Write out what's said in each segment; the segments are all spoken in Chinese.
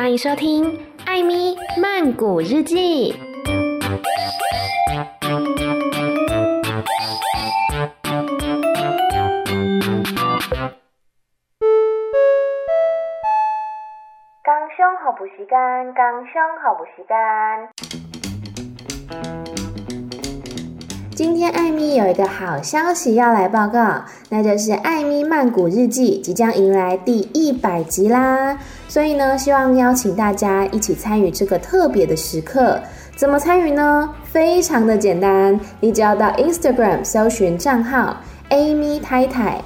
欢迎收听艾咪曼谷日记。 刚上好补习班，刚上好补习班。 今天艾咪有一个好消息要来报告，那就是艾咪曼谷日记即将迎来第100集啦。所以呢，希望邀请大家一起参与这个特别的时刻。怎么参与呢？非常的简单，你只要到 Instagram 搜寻账号 Amy 太太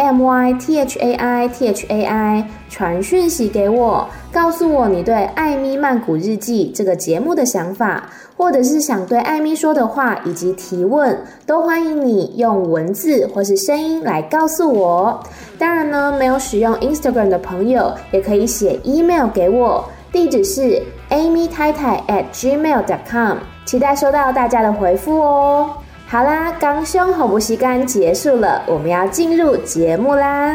AMYTHAI 传讯息给我，告诉我你对艾咪曼谷日记这个节目的想法，或者是想对艾咪说的话以及提问，都欢迎你用文字或是声音来告诉我。当然呢，没有使用 Instagram 的朋友也可以写 email 给我，地址是 amytaitai@gmail.com， 期待收到大家的回复哦。好啦，刚胸好补习班结束了，我们要进入节目啦。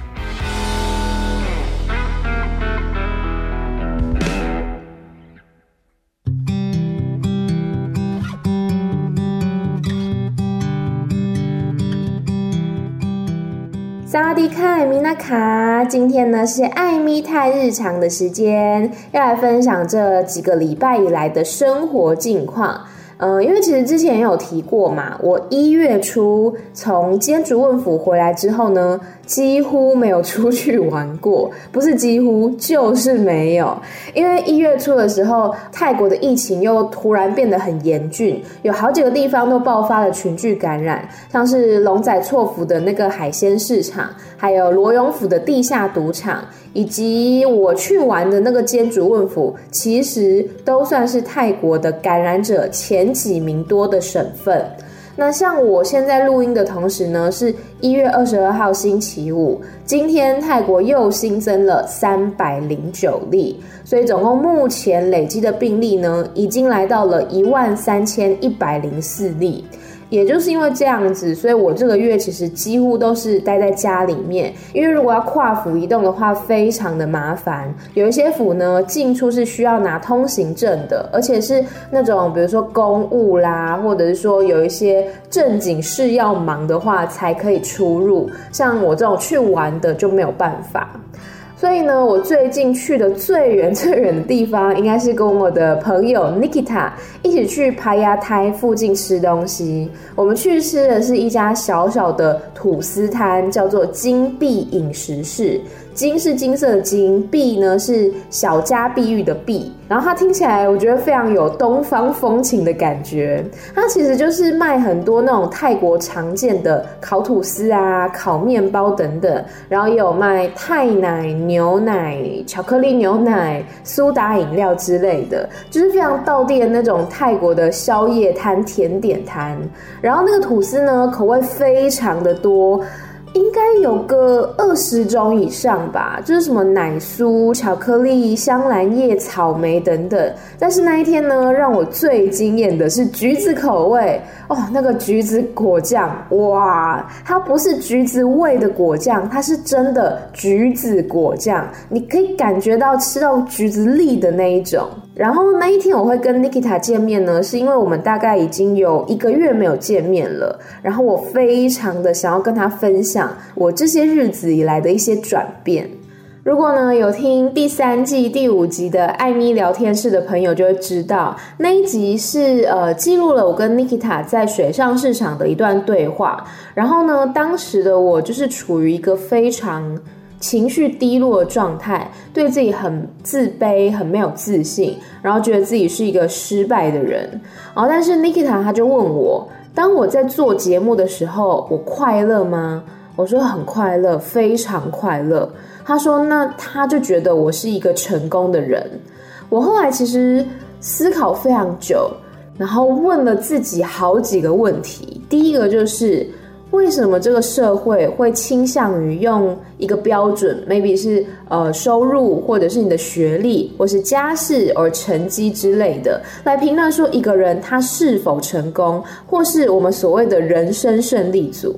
萨瓦迪卡，米娜卡，今天呢是艾咪泰日常的时间，要来分享这几个礼拜以来的生活近况。因为其实之前也有提过嘛，我1月初从坚竹问府回来之后呢，几乎没有出去玩过，不是几乎就是没有。因为1月初的时候，泰国的疫情又突然变得很严峻，有好几个地方都爆发了群聚感染，像是龙仔错府的那个海鲜市场，还有罗永府的地下赌场，以及我去玩的那个坚竹问府，其实都算是泰国的感染者前几名多的省份。那像我现在录音的同时呢，是1月22号星期五，今天泰国又新增了309例，所以总共目前累积的病例呢，已经来到了13104例。也就是因为这样子，所以我这个月其实几乎都是待在家里面，因为如果要跨府移动的话非常的麻烦，有一些府呢进出是需要拿通行证的，而且是那种比如说公务啦，或者是说有一些正经事要忙的话才可以出入，像我这种去玩的就没有办法。所以呢，我最近去的最远的地方，应该是跟我的朋友 Nikita 一起去帕亚泰附近吃东西。我们去吃的是一家小小的吐司摊，叫做金碧饮食室。金是金色的金，碧呢是小家碧玉的碧，然后它听起来我觉得非常有东方风情的感觉。它其实就是卖很多那种泰国常见的烤吐司啊、烤面包等等，然后也有卖泰奶、牛奶、巧克力牛奶、苏打饮料之类的，就是非常道地的那种泰国的宵夜摊、甜点摊。然后那个吐司呢，口味非常的多，应该有个20种以上吧，就是什么奶酥、巧克力、香兰叶、草莓等等。但是那一天呢，让我最惊艳的是橘子口味哦，那个橘子果酱，哇，它不是橘子味的果酱，它是真的橘子果酱，你可以感觉到吃到橘子粒的那一种。然后那一天我会跟 Nikita 见面呢，是因为我们大概已经有1个月没有见面了，然后我非常的想要跟他分享我这些日子以来的一些转变。如果呢有听第3季第5集的艾咪聊天室的朋友就会知道，那一集是记录了我跟 Nikita 在水上市场的一段对话。然后呢，当时的我就是处于一个非常情绪低落的状态，对自己很自卑，很没有自信，然后觉得自己是一个失败的人。但是 Nikita 他就问我，当我在做节目的时候，我快乐吗？我说很快乐，非常快乐。他说那他就觉得我是一个成功的人。我后来其实思考非常久，然后问了自己好几个问题。第一个就是为什么这个社会会倾向于用一个标准 maybe 是收入，或者是你的学历，或是家世或成绩之类的，来评论说一个人他是否成功，或是我们所谓的人生胜利组。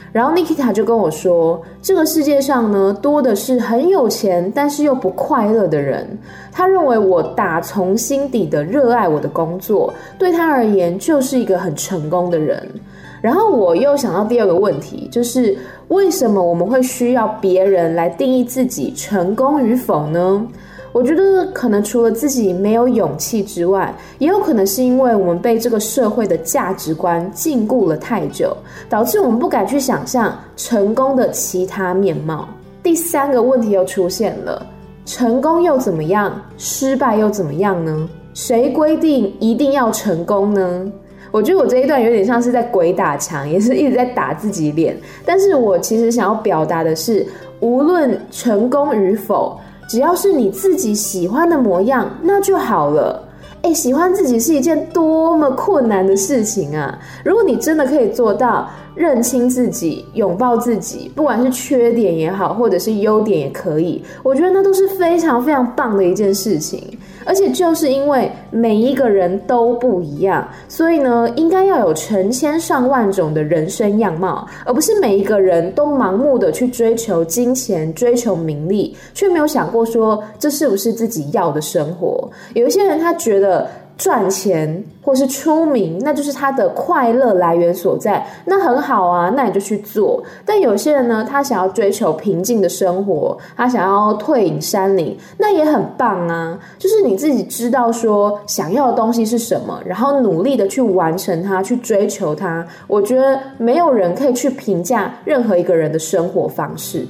然后 Nikita 就跟我说，这个世界上呢，多的是很有钱但是又不快乐的人。他认为我打从心底的热爱我的工作，对他而言就是一个很成功的人。然后我又想到第二个问题，就是为什么我们会需要别人来定义自己成功与否呢？我觉得可能除了自己没有勇气之外，也有可能是因为我们被这个社会的价值观禁锢了太久，导致我们不敢去想象成功的其他面貌。第三个问题又出现了，成功又怎么样？失败又怎么样呢？谁规定一定要成功呢？我觉得我这一段有点像是在鬼打墙，也是一直在打自己脸。但是我其实想要表达的是，无论成功与否，只要是你自己喜欢的模样，那就好了。喜欢自己是一件多么困难的事情啊！如果你真的可以做到认清自己，拥抱自己，不管是缺点也好，或者是优点也可以，我觉得那都是非常非常棒的一件事情。而且就是因为每一个人都不一样，所以呢，应该要有成千上万种的人生样貌，而不是每一个人都盲目的去追求金钱、追求名利，却没有想过说这是不是自己要的生活。有一些人他觉得赚钱或是出名，那就是他的快乐来源所在，那很好啊，那你就去做。但有些人呢，他想要追求平静的生活，他想要退隐山林，那也很棒啊。就是你自己知道说想要的东西是什么，然后努力的去完成它，去追求它。我觉得没有人可以去评价任何一个人的生活方式。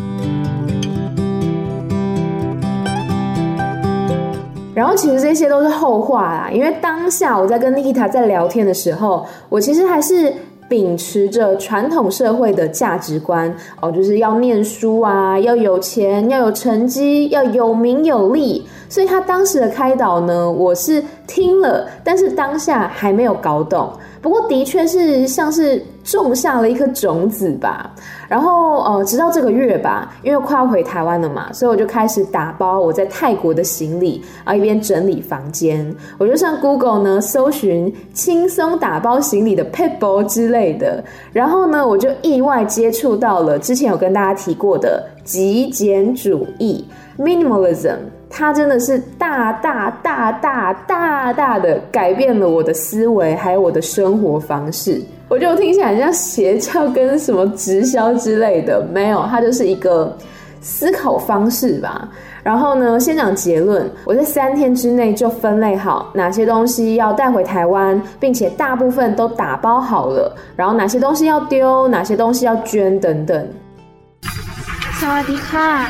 然后其实这些都是后话啦，因为当下我在跟 Nikita 在聊天的时候，我其实还是秉持着传统社会的价值观就是要念书啊，要有钱，要有成绩，要有名有利。所以他当时的开导呢，我是听了，但是当下还没有搞懂。不过的确是像是种下了一颗种子吧。然后直到这个月吧，因为快要回台湾了嘛，所以我就开始打包我在泰国的行李，一边整理房间。我就上 Google 呢搜寻轻松打包行李的 Pitbull 之类的，然后呢我就意外接触到了之前有跟大家提过的极简主义 Minimalism。它真的是大的改变了我的思维，还有我的生活方式。我觉得我听起来很像邪教跟什么直销之类的，没有，它就是一个思考方式吧。然后呢，先讲结论，我在3天之内就分类好哪些东西要带回台湾，并且大部分都打包好了，然后哪些东西要丢，哪些东西要捐等等。 สวัสดีค่ะ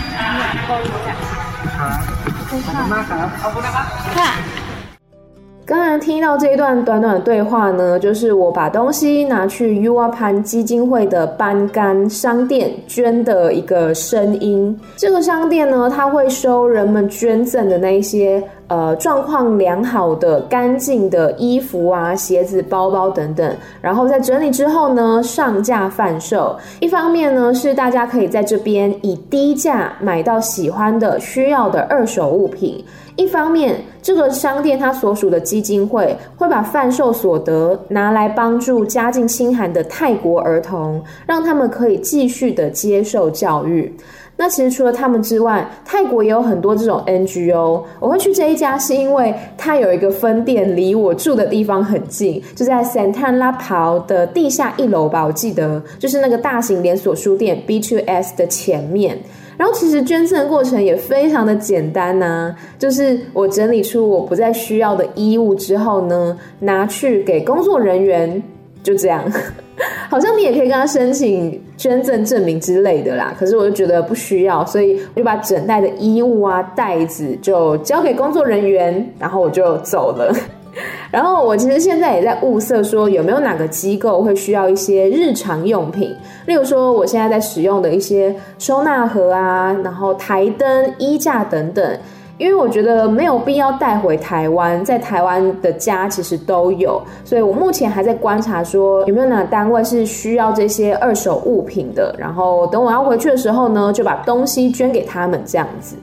刚才听到这一段短短的对话呢，就是我把东西拿去 Yuapan 基金会的班干商店捐的一个声音。这个商店呢，它会收人们捐赠的那一些状况良好的干净的衣服啊、鞋子、包包等等，然后在整理之后呢，上架贩售。一方面呢，是大家可以在这边以低价买到喜欢的、需要的二手物品。一方面，这个商店它所属的基金会会把贩售所得拿来帮助家境清寒的泰国儿童，让他们可以继续的接受教育。那其实除了他们之外，泰国也有很多这种 NGO。我会去这一家是因为它有一个分店离我住的地方很近，就在 Santan Lapau 的地下1楼吧，我记得就是那个大型连锁书店 B2S 的前面。然后其实捐赠的过程也非常的简单啊，就是我整理出我不再需要的衣物之后呢，拿去给工作人员，就这样。好像你也可以跟他申请捐赠证明之类的啦，可是我就觉得不需要，所以我就把整袋的衣物啊、袋子就交给工作人员，然后我就走了。然后我其实现在也在物色说有没有哪个机构会需要一些日常用品，例如说我现在在使用的一些收纳盒啊，然后台灯、衣架等等。因为我觉得没有必要带回台湾，在台湾的家其实都有，所以我目前还在观察说有没有哪个单位是需要这些二手物品的，然后等我要回去的时候呢，就把东西捐给他们这样子。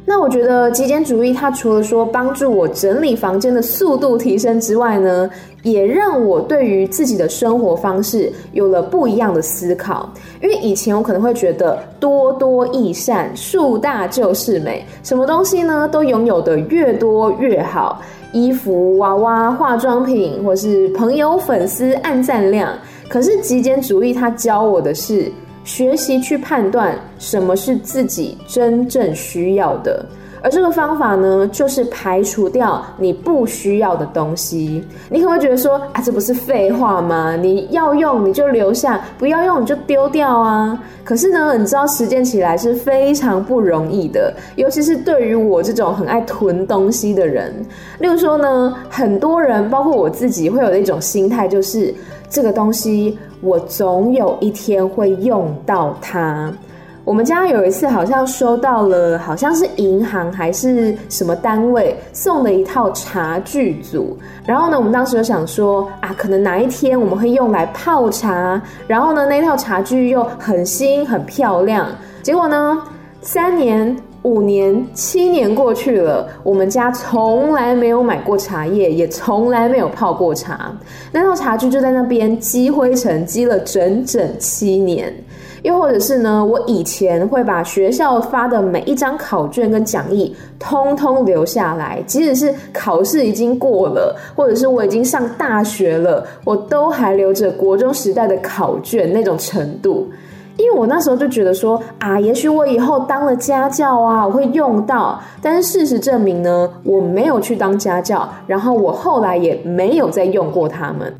那我觉得极简主义它除了说帮助我整理房间的速度提升之外呢，也让我对于自己的生活方式有了不一样的思考。因为以前我可能会觉得多多益善，树大就是美，什么东西呢都拥有的越多越好，衣服、娃娃、化妆品，或是朋友、粉丝、按赞量。可是极简主义它教我的是学习去判断什么是自己真正需要的，而这个方法呢，就是排除掉你不需要的东西。你可能会觉得说啊，这不是废话吗？你要用你就留下，不要用你就丢掉啊。可是呢，你知道实践起来是非常不容易的，尤其是对于我这种很爱囤东西的人。例如说呢，很多人包括我自己会有的一种心态，就是这个东西我总有一天会用到它。我们家有一次好像收到了，好像是银行还是什么单位送的一套茶具组，然后呢，我们当时就想说啊，可能哪一天我们会用来泡茶，然后呢，那套茶具又很新很漂亮。结果呢，3年、5年、7年过去了，我们家从来没有买过茶叶，也从来没有泡过茶。那套茶具就在那边积灰尘，积了整整7年。又或者是呢，我以前会把学校发的每一张考卷跟讲义通通留下来，即使是考试已经过了，或者是我已经上大学了，我都还留着国中时代的考卷那种程度。因为我那时候就觉得说啊，也许我以后当了家教啊，我会用到。但是事实证明呢，我没有去当家教，然后我后来也没有再用过它们。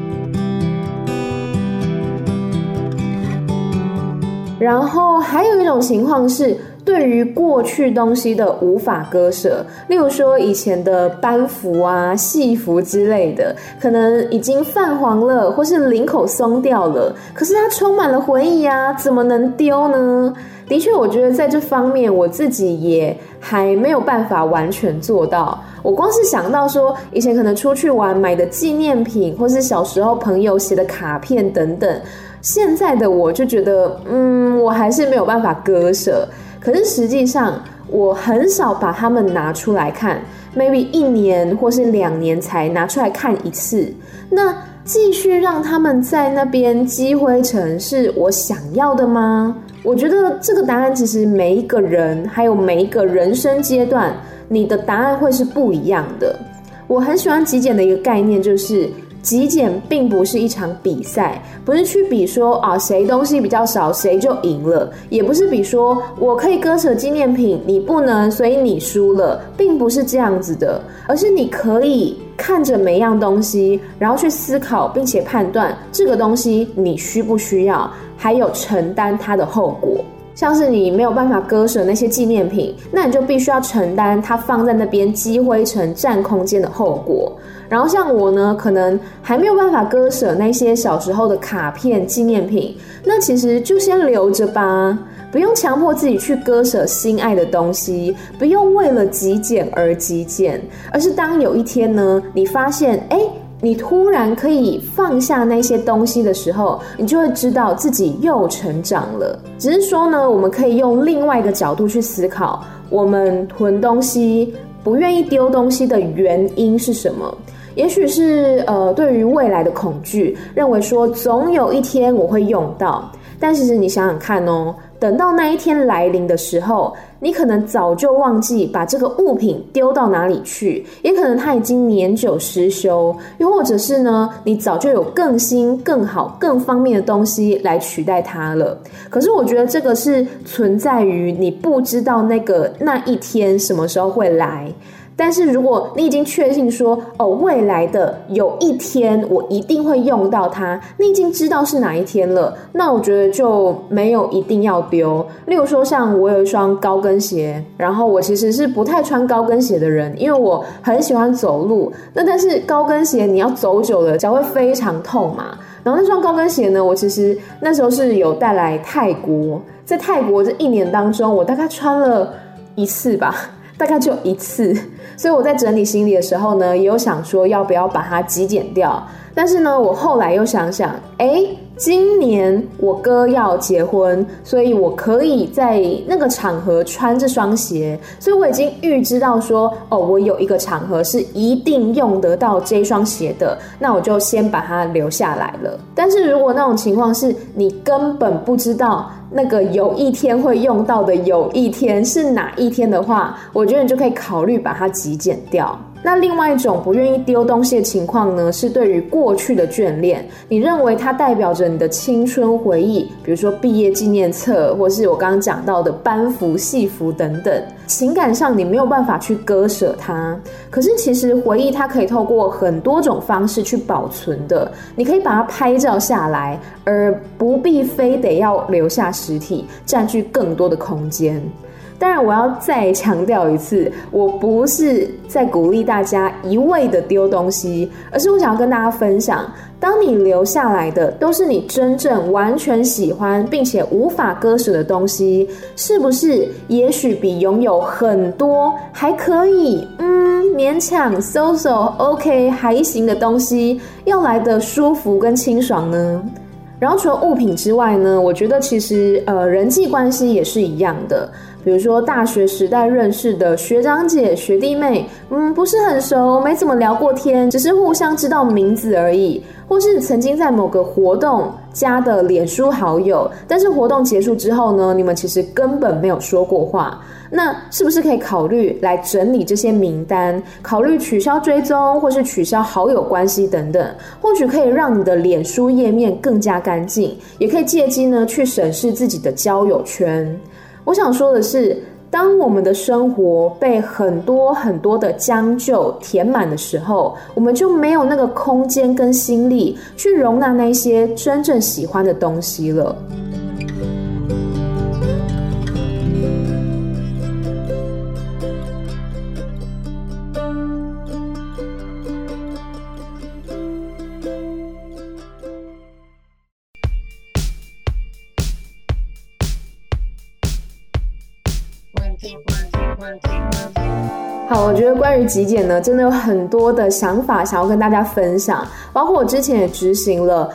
然后还有一种情况是对于过去东西的无法割舍，例如说以前的班服啊、戏服之类的，可能已经泛黄了，或是领口松掉了，可是它充满了回忆啊，怎么能丢呢？的确，我觉得在这方面我自己也还没有办法完全做到。我光是想到说以前可能出去玩买的纪念品，或是小时候朋友写的卡片等等，现在的我就觉得我还是没有办法割舍。可是实际上我很少把它们拿出来看， maybe 1年或是2年才拿出来看一次。那继续让他们在那边积灰尘是我想要的吗？我觉得这个答案其实每一个人还有每一个人生阶段，你的答案会是不一样的。我很喜欢极简的一个概念，就是极简并不是一场比赛，不是去比说啊谁东西比较少谁就赢了，也不是比说我可以割舍纪念品你不能所以你输了，并不是这样子的，而是你可以看着每样东西，然后去思考并且判断这个东西你需不需要，还有承担它的后果。像是你没有办法割舍那些纪念品，那你就必须要承担它放在那边积灰尘占空间的后果。然后像我呢，可能还没有办法割舍那些小时候的卡片纪念品，那其实就先留着吧，不用强迫自己去割舍心爱的东西，不用为了极简而极简，而是当有一天呢，你发现你突然可以放下那些东西的时候，你就会知道自己又成长了。只是说呢，我们可以用另外一个角度去思考，我们囤东西不愿意丢东西的原因是什么？也许是对于未来的恐惧，认为说总有一天我会用到。但其实你想想看哦，等到那一天来临的时候，你可能早就忘记把这个物品丢到哪里去，也可能它已经年久失修，又或者是呢，你早就有更新、更好、更方便的东西来取代它了。可是我觉得这个是存在于你不知道那一天什么时候会来。但是如果你已经确信说未来的有一天我一定会用到它，你已经知道是哪一天了，那我觉得就没有一定要丢。例如说像我有一双高跟鞋，然后我其实是不太穿高跟鞋的人，因为我很喜欢走路，但是高跟鞋你要走久了脚会非常痛嘛。然后那双高跟鞋呢，我其实那时候是有带来泰国，在泰国这1年当中我大概穿了1次吧，大概就1次，所以我在整理行李的时候呢，也有想说要不要把它极简掉。但是呢，我后来又想想， 今年我哥要结婚，所以我可以在那个场合穿这双鞋，所以我已经预知到说，我有一个场合是一定用得到这双鞋的，那我就先把它留下来了。但是如果那种情况是你根本不知道那个有一天会用到的有一天是哪一天的话，我觉得你就可以考虑把它极简掉。那另外一种不愿意丢东西的情况呢，是对于过去的眷恋，你认为它代表着你的青春回忆，比如说毕业纪念册，或是我刚刚讲到的班服、戏服等等，情感上你没有办法去割舍它。可是其实回忆它可以透过很多种方式去保存的，你可以把它拍照下来，而不必非得要留下实体，占据更多的空间。当然我要再强调一次，我不是在鼓励大家一味的丢东西，而是我想要跟大家分享，当你留下来的都是你真正完全喜欢并且无法割舍的东西，是不是也许比拥有很多还可以勉强 so OK 还行的东西要来的舒服跟清爽呢？然后除了物品之外呢，我觉得其实人际关系也是一样的。比如说大学时代认识的学长姐、学弟妹，不是很熟，没怎么聊过天，只是互相知道名字而已，或是曾经在某个活动加的脸书好友，但是活动结束之后呢，你们其实根本没有说过话。那是不是可以考虑来整理这些名单，考虑取消追踪或是取消好友关系等等，或许可以让你的脸书页面更加干净，也可以借机呢去审视自己的交友圈。我想说的是，当我们的生活被很多很多的将就填满的时候，我们就没有那个空间跟心力去容纳那些真正喜欢的东西了。好，我觉得关于极简呢，真的有很多的想法想要跟大家分享，包括我之前也执行了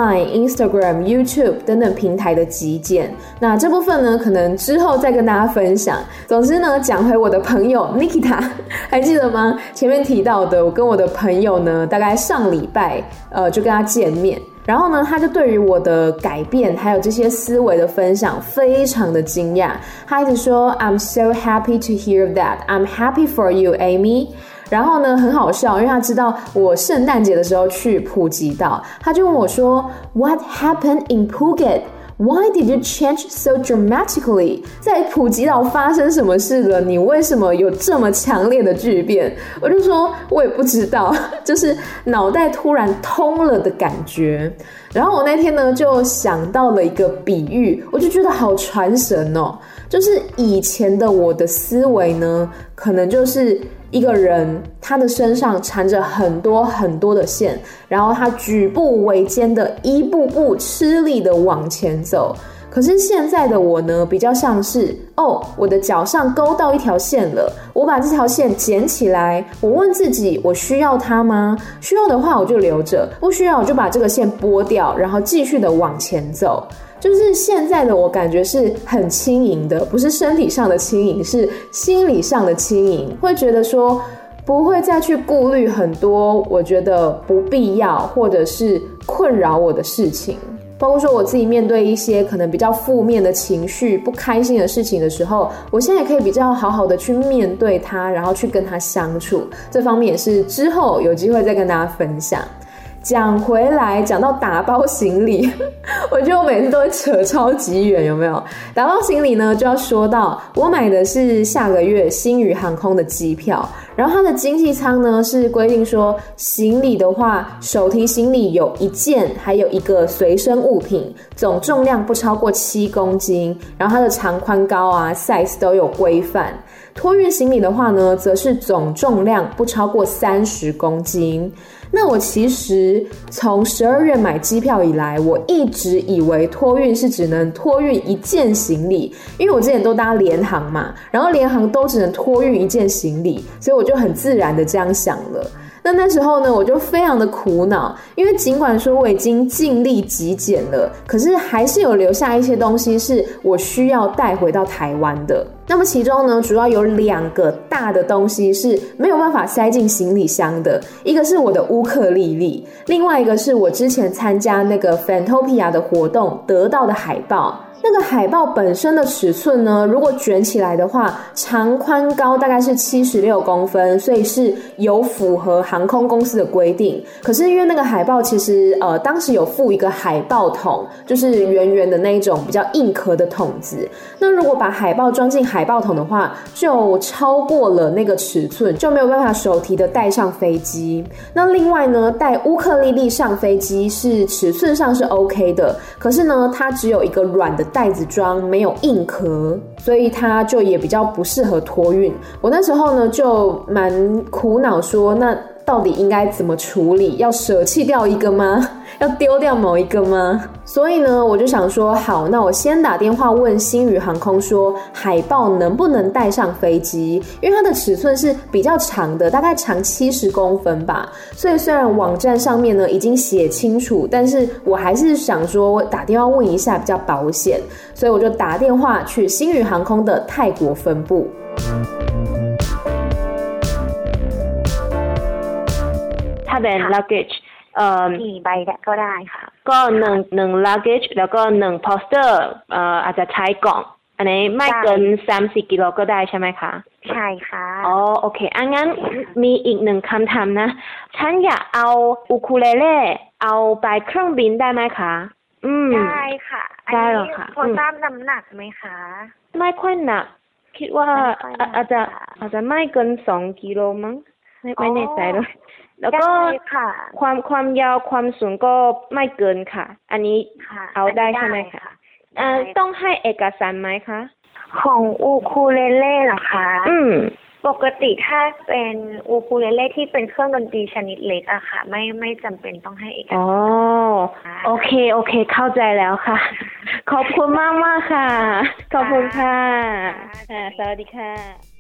Line、Instagram、YouTube 等等平台的极简，那这部分呢可能之后再跟大家分享。总之呢，讲回我的朋友 Nikita， 还记得吗？前面提到的，我跟我的朋友呢大概上礼拜就跟他见面，然后呢，他就对于我的改变还有这些思维的分享非常的惊讶，他一直说 I'm so happy to hear that, I'm happy for you, Amy。 然后呢，很好笑，因为他知道我圣诞节的时候去普吉岛，他就问我说 What happened in Phuket?Why did you change so dramatically? 在普吉岛发生什么事了？你为什么有这么强烈的巨变？我就说我也不知道，就是脑袋突然通了的感觉。然后我那天呢就想到了一个比喻，我就觉得好传神哦。就是以前的我的思维呢，可能就是一个人他的身上缠着很多很多的线，然后他举步维艰的一步步吃力的往前走。可是现在的我呢，比较像是我的脚上勾到一条线了，我把这条线捡起来，我问自己，我需要它吗？需要的话我就留着，不需要我就把这个线拨掉，然后继续的往前走。就是现在的我感觉是很轻盈的，不是身体上的轻盈，是心理上的轻盈，会觉得说不会再去顾虑很多我觉得不必要或者是困扰我的事情。包括说我自己面对一些可能比较负面的情绪、不开心的事情的时候，我现在也可以比较好好的去面对它，然后去跟它相处。这方面也是之后有机会再跟大家分享。讲回来，讲到打包行李，我觉得我每次都会扯超级远，有没有？打包行李呢，就要说到我买的是下个月星宇航空的机票，然后它的经济舱呢是规定说，行李的话，手提行李有1件，还有一个随身物品，总重量不超过7公斤，然后它的长宽高啊 size 都有规范。托运行李的话呢，则是总重量不超过30公斤。那我其实从12月买机票以来，我一直以为托运是只能托运1件行李，因为我之前都搭联航嘛，然后联航都只能托运1件行李，所以我就很自然的这样想了。 那时候呢，我就非常的苦恼，因为尽管说我已经尽力极简了，可是还是有留下一些东西是我需要带回到台湾的。那么其中呢，主要有2个大的东西是没有办法塞进行李箱的，一个是我的乌克丽丽，另外一个是我之前参加那个 Fantopia 的活动得到的海报。那个海报本身的尺寸呢，如果卷起来的话，长宽高大概是76公分，所以是有符合航空公司的规定。可是因为那个海报其实当时有附一个海报桶，就是圆圆的那一种比较硬壳的桶子，那如果把海报装进海报桶的话，就超过了那个尺寸，就没有办法手提的带上飞机。那另外呢，带乌克丽丽上飞机是尺寸上是 OK 的，可是呢，它只有一个软的袋子装，没有硬壳，所以它就也比较不适合托运。我那时候呢就蛮苦恼说，那到底应该怎么处理？要舍弃掉一个吗？要丢掉某一个吗？所以呢，我就想说，好，那我先打电话问星宇航空说，海报能不能带上飞机？因为它的尺寸是比较长的，大概长70公分吧。所以虽然网站上面呢已经写清楚，但是我还是想说，我打电话问一下比较保险。所以我就打电话去星宇航空的泰国分部。 ถ้าเป็น luggage กี่ใบก็ได้ค่ะก็หนึ่ง luggage แล้วก็1 poster อาจจะใช้กล่องอันนี้ไม่เกิน 3-4 กิโลก็ได้ใช่ไหมคะใช่ค่ะอ๋อโอเคงั้นมีอีก1คำถามนะฉันอยากเอาอูคูเลเล่เอาไปเครื่องบินได้ไหมคะได้ค่ะได้หรอคะพอทราบน้ำหนักไหมคะไม่ค่อยหนักคิดว่าอาจจะไม่เกิน2 กิโลมั้งไม่แน่ใจเลยแล้วก็ความยาวความสูงก็ไม่เกินค่ะอันนี้เอาได้ใช่ไหมคะต้องให้เอกสารไหมคะของอูคูเลเล่เหรอคะปกติถ้าเป็นอูคูเลเล่ที่เป็นเครื่องดนตรีชนิดเล็กอะค่ะไม่จำเป็นต้องให้เอกสารโอเคเข้าใจแล้วค่ะขอบคุณมากค่ะขอบคุณค่ะสวัสดีค่ะ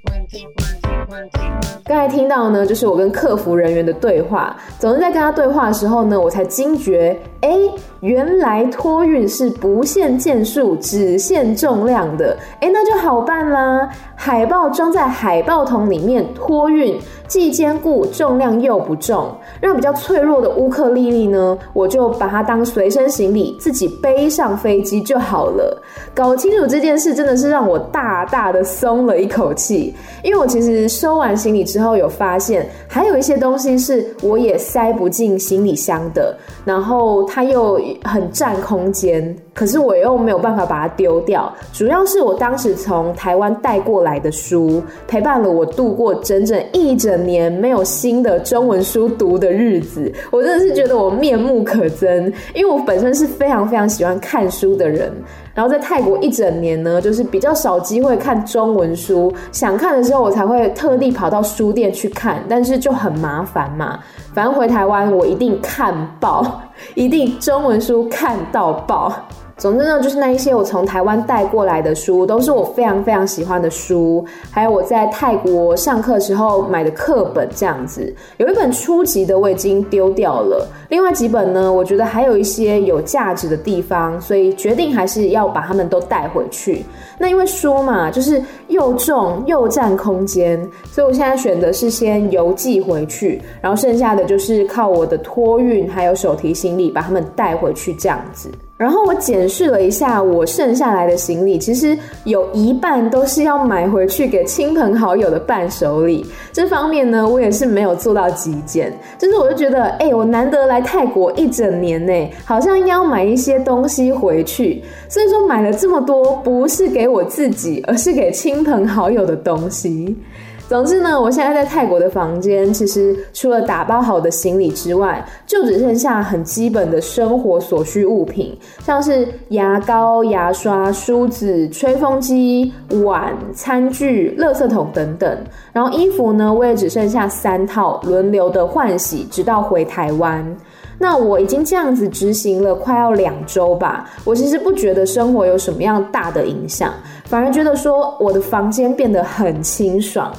刚才听到呢，就是我跟客服人员的对话。总之在跟他对话的时候呢，我才惊觉，原来托运是不限件数，只限重量的。那就好办啦。海报装在海报桶里面托运，既坚固，重量又不重。让比较脆弱的乌克丽丽呢，我就把它当随身行李，自己背上飞机就好了。搞清楚这件事真的是让我大大的松了一口气。因为我其实收完行李之后有发现，还有一些东西是我也塞不进行李箱的，然后它又很占空间，可是我又没有办法把它丢掉。主要是我当时从台湾带过来的书，陪伴了我度过整整1整年没有新的中文书读的日子。我真的是觉得我面目可憎，因为我本身是非常非常喜欢看书的人。然后在泰国1整年呢，就是比较少机会看中文书，想看的时候我才会特地跑到书店去看，但是就很麻烦嘛。反正回台湾我一定看爆，一定中文书看到爆。总之呢，就是那一些我从台湾带过来的书，都是我非常非常喜欢的书，还有我在泰国上课时候买的课本这样子。有一本初级的我已经丢掉了，另外几本呢，我觉得还有一些有价值的地方，所以决定还是要把它们都带回去。那因为书嘛，就是又重又占空间，所以我现在选的是先邮寄回去，然后剩下的就是靠我的托运还有手提行李把它们带回去这样子。然后我检视了一下我剩下来的行李，其实有一半都是要买回去给亲朋好友的伴手礼。这方面呢，我也是没有做到极简。就是我就觉得，我难得来泰国1整年呢，好像应该要买一些东西回去。所以说买了这么多，不是给我自己，而是给亲朋好友的东西。总之呢，我现在在泰国的房间，其实除了打包好的行李之外，就只剩下很基本的生活所需物品，像是牙膏、牙刷、梳子、吹风机、碗、餐具、垃圾桶等等。然后衣服呢，我也只剩下3套，轮流的换洗，直到回台湾。那我已经这样子执行了快要2周吧，我其实不觉得生活有什么样大的影响，反而觉得说我的房间变得很清爽。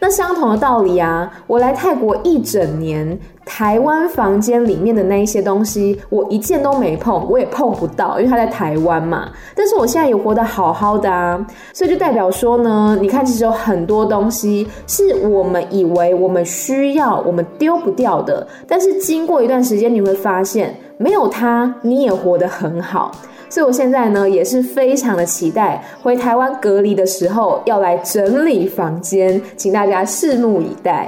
那相同的道理啊，我来泰国一整年，台湾房间里面的那一些东西我一件都没碰，我也碰不到，因为它在台湾嘛。但是我现在也活得好好的啊，所以就代表说呢，你看其实有很多东西是我们以为我们需要，我们丢不掉的，但是经过一段时间你会发现没有它你也活得很好。所以我现在呢也是非常的期待回台湾隔离的时候要来整理房间，请大家拭目以待。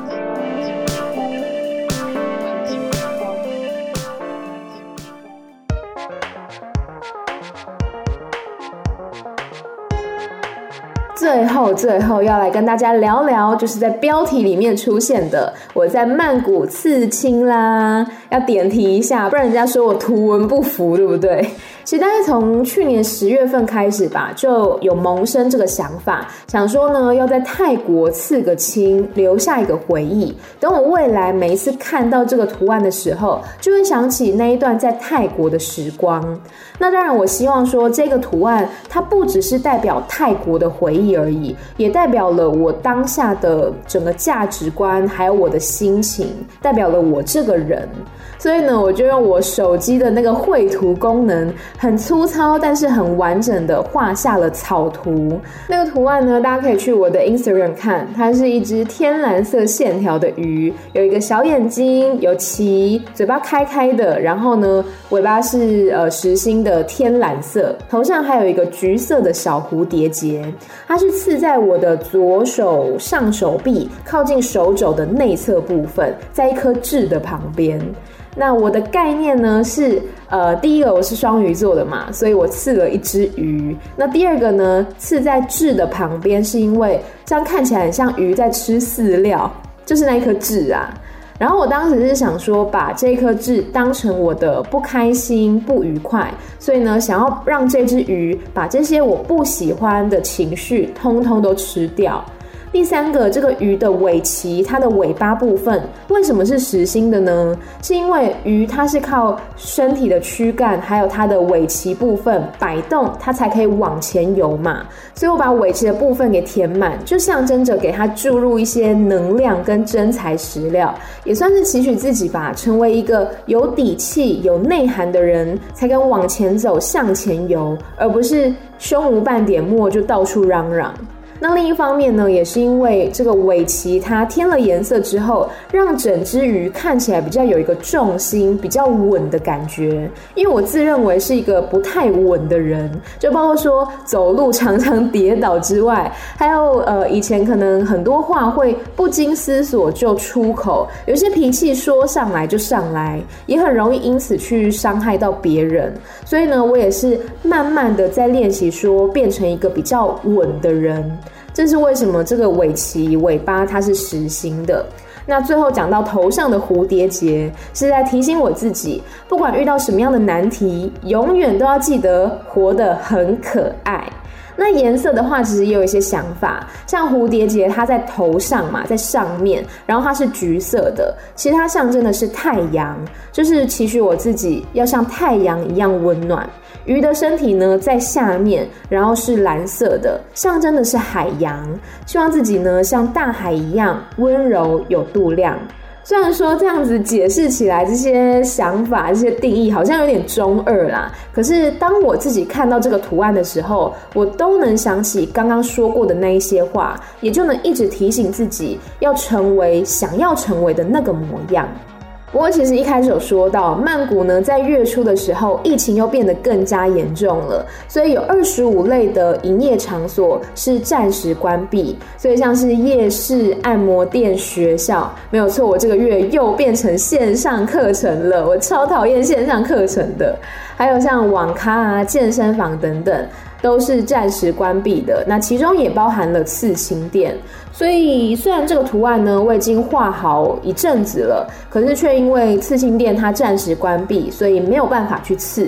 最后要来跟大家聊聊，就是在标题里面出现的，我在曼谷刺青啦，要点题一下，不然人家说我图文不符，对不对？其实大概从去年10月份开始吧，就有萌生这个想法，想说呢要在泰国刺个青，留下一个回忆。等我未来每一次看到这个图案的时候，就会想起那一段在泰国的时光。那当然我希望说这个图案它不只是代表泰国的回忆而已，也代表了我当下的整个价值观，还有我的心情，代表了我这个人。所以呢，我就用我手机的那个绘图功能，很粗糙但是很完整的画下了草图。那个图案呢，大家可以去我的 Instagram 看，它是一只天蓝色线条的鱼，有一个小眼睛，有鳍，嘴巴开开的，然后呢尾巴是实心的天蓝色，头上还有一个橘色的小蝴蝶结，它是刺在我的左手上手臂靠近手肘的内侧部分，在一颗痣的旁边。那我的概念呢是第一个我是双鱼座的嘛，所以我刺了一只鱼。那第二个呢，刺在痣的旁边，是因为这样看起来很像鱼在吃饲料，就是那一颗痣啊。然后我当时是想说把这颗痣当成我的不开心不愉快，所以呢想要让这只鱼把这些我不喜欢的情绪通通都吃掉。第三个，这个鱼的尾鳍，它的尾巴部分为什么是实心的呢？是因为鱼它是靠身体的躯干还有它的尾鳍部分摆动，它才可以往前游嘛。所以我把尾鳍的部分给填满，就象征着给它注入一些能量跟真材实料，也算是期许自己吧，成为一个有底气有内涵的人，才敢往前走向前游，而不是胸无半点墨就到处嚷嚷。那另一方面呢，也是因为这个尾鳍它添了颜色之后，让整只鱼看起来比较有一个重心，比较稳的感觉。因为我自认为是一个不太稳的人，就包括说走路常常跌倒之外，还有以前可能很多话会不经思索就出口，有些脾气说上来就上来，也很容易因此去伤害到别人。所以呢，我也是慢慢的在练习说变成一个比较稳的人。这是为什么这个尾鳍尾巴它是实心的。那最后讲到头上的蝴蝶结，是在提醒我自己，不管遇到什么样的难题，永远都要记得活得很可爱。那颜色的话其实也有一些想法，像蝴蝶结它在头上嘛，在上面，然后它是橘色的，其实它象征的是太阳，就是期许我自己要像太阳一样温暖。鱼的身体呢在下面，然后是蓝色的，象征的是海洋，希望自己呢像大海一样温柔有度量。虽然说这样子解释起来，这些想法这些定义好像有点中二啦，可是当我自己看到这个图案的时候，我都能想起刚刚说过的那一些话，也就能一直提醒自己要成为想要成为的那个模样。不过其实一开始有说到，曼谷呢在月初的时候疫情又变得更加严重了，所以有25类的营业场所是暂时关闭，所以像是夜市、按摩店、学校，没有错，我这个月又变成线上课程了，我超讨厌线上课程的。还有像网咖啊、健身房等等都是暂时关闭的，那其中也包含了刺青店。所以虽然这个图案呢我已经画好一阵子了，可是却因为刺青店它暂时关闭，所以没有办法去刺。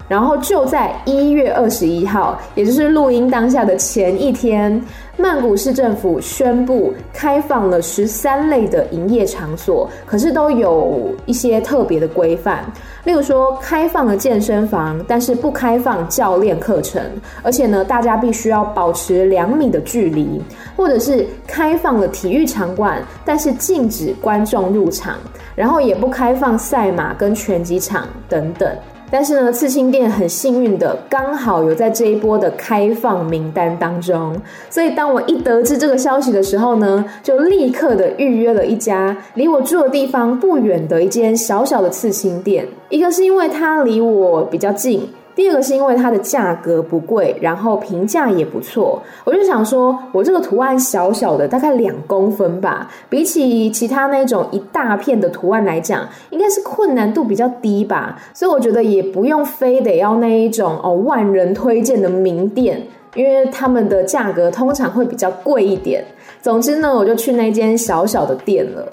然后就在1月21号，也就是录音当下的前一天，曼谷市政府宣布开放了13类的营业场所，可是都有一些特别的规范，例如说开放了健身房，但是不开放教练课程，而且呢，大家必须要保持2米的距离，或者是开放了体育场馆，但是禁止观众入场，然后也不开放赛马跟拳击场等等。但是呢，刺青店很幸运的刚好有在这一波的开放名单当中，所以当我一得知这个消息的时候呢，就立刻的预约了一家离我住的地方不远的一间小小的刺青店。一个是因为它离我比较近，第二个是因为它的价格不贵，然后评价也不错。我就想说，我这个图案小小的，大概2公分吧，比起其他那种一大片的图案来讲，应该是困难度比较低吧。所以我觉得也不用非得要那一种万人推荐的名店，因为他们的价格通常会比较贵一点。总之呢，我就去那间小小的店了。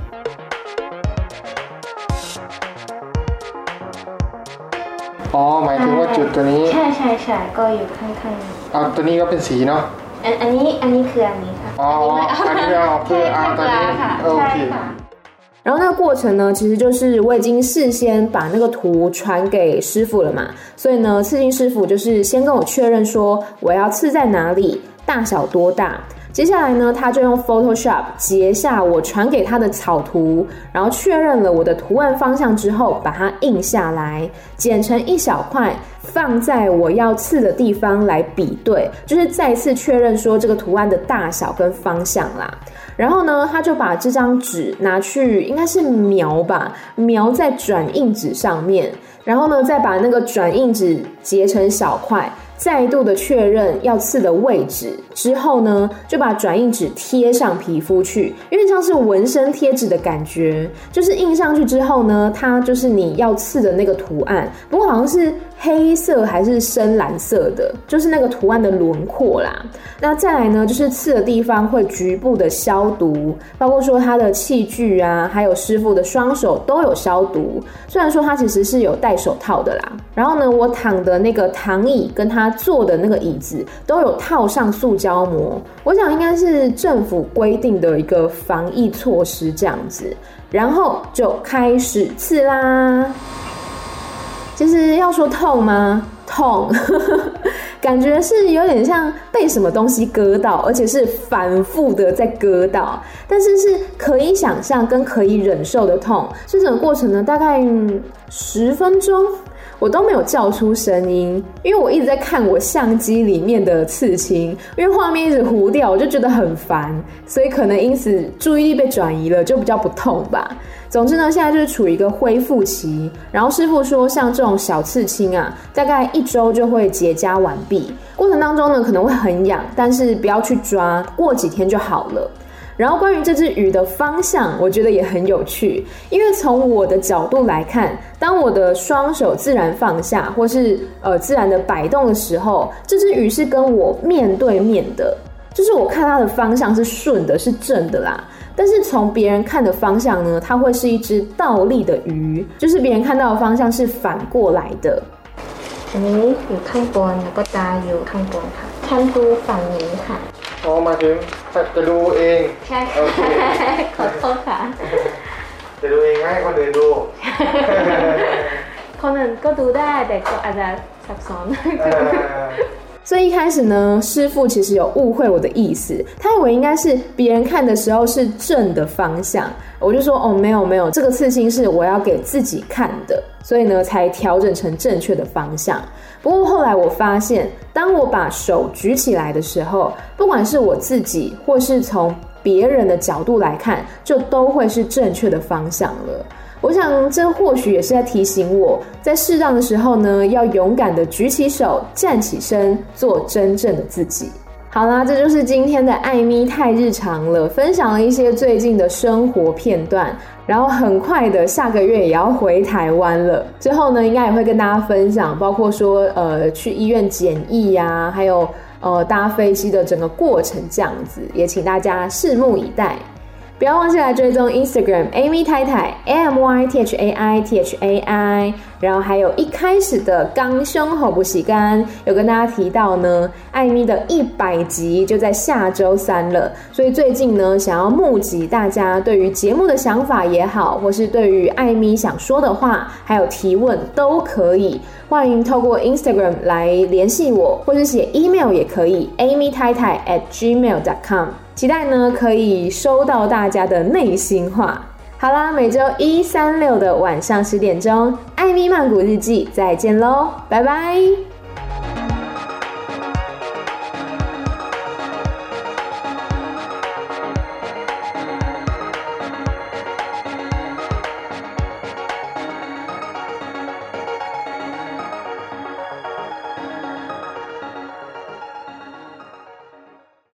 หมายถึงว่าจุดตัวนี้ใช่ก็อยู่ข้างๆตัวนี้ก็เป็นสีเนาะอันนี้คืออันนี้ค่ะอันนี้ไม่เอาคือตัวนี้โอเค然后那个过程呢，其实就是我已经事先把那个图传给师傅了嘛，所以呢，刺青师傅就是先跟我确认说我要刺在哪里，大小多大。接下来呢，他就用 Photoshop 截下我传给他的草图，然后确认了我的图案方向之后，把它印下来，剪成一小块，放在我要刺的地方来比对，就是再次确认说这个图案的大小跟方向啦。然后呢，他就把这张纸拿去，应该是描吧，描在转印纸上面，然后呢，再把那个转印纸截成小块，再度的确认要刺的位置之后呢，就把转印纸贴上皮肤去，有点像是纹身贴纸的感觉，就是印上去之后呢，它就是你要刺的那个图案，不过好像是黑色还是深蓝色的，就是那个图案的轮廓啦。那再来呢，就是刺的地方会局部的消毒，包括说它的器具啊，还有师傅的双手都有消毒，虽然说它其实是有戴手套的啦。然后呢，我躺的那个躺椅跟他坐的那个椅子都有套上塑胶膜，我想应该是政府规定的一个防疫措施这样子。然后就开始刺啦。其实要说痛吗？痛感觉是有点像被什么东西割到，而且是反复的在割到，但是是可以想象跟可以忍受的痛。这整个过程呢，大概10分钟我都没有叫出声音，因为我一直在看我相机里面的刺青，因为画面一直糊掉，我就觉得很烦，所以可能因此注意力被转移了，就比较不痛吧。总之呢，现在就是处于一个恢复期，然后师傅说像这种小刺青啊，大概1周就会结痂完毕，过程当中呢可能会很痒，但是不要去抓，过几天就好了。然后关于这只鱼的方向，我觉得也很有趣，因为从我的角度来看，当我的双手自然放下，或是自然的摆动的时候，这只鱼是跟我面对面的，就是我看它的方向是顺的，是正的啦。但是从别人看的方向呢，它会是一只倒立的鱼，就是别人看到的方向是反过来的。 อันนี้อยู่ข้างบนแล้วก็ตาอยู่ข้างบนค่ะท่านดูฝั่งนี้ค่ะมาถึงจะดูเองใช่ขอโทษค่ะจะดูเองให้คนอื่นดูคนอื่นก็ดูได้แต่ก็อาจจะซับซ้อน所以一开始呢，师傅其实有误会我的意思，他以为应该是别人看的时候是正的方向，我就说没有，这个刺青是我要给自己看的，所以呢才调整成正确的方向。不过后来我发现，当我把手举起来的时候，不管是我自己或是从别人的角度来看，就都会是正确的方向了。我想这或许也是在提醒我，在适当的时候呢，要勇敢的举起手，站起身，做真正的自己。好啦，这就是今天的艾咪太日常了，分享了一些最近的生活片段，然后很快的下个月也要回台湾了，之后呢应该也会跟大家分享，包括说去医院检疫啊，还有搭飞机的整个过程这样子，也请大家拭目以待。不要忘记来追踪 Instagram Amy 太太 AMYTHAITHAI， 然后还有一开始的刚胸吼不洗干，有跟大家提到呢，艾咪的100集就在下周3了，所以最近呢，想要募集大家对于节目的想法也好，或是对于艾咪想说的话，还有提问都可以，欢迎透过 Instagram 来联系我，或是写 email 也可以 amythaitai@gmail.com， 期待呢可以收到大家的内心话。好啦，每周1、3、6的晚上10点钟，艾咪曼谷日记再见咯，拜拜。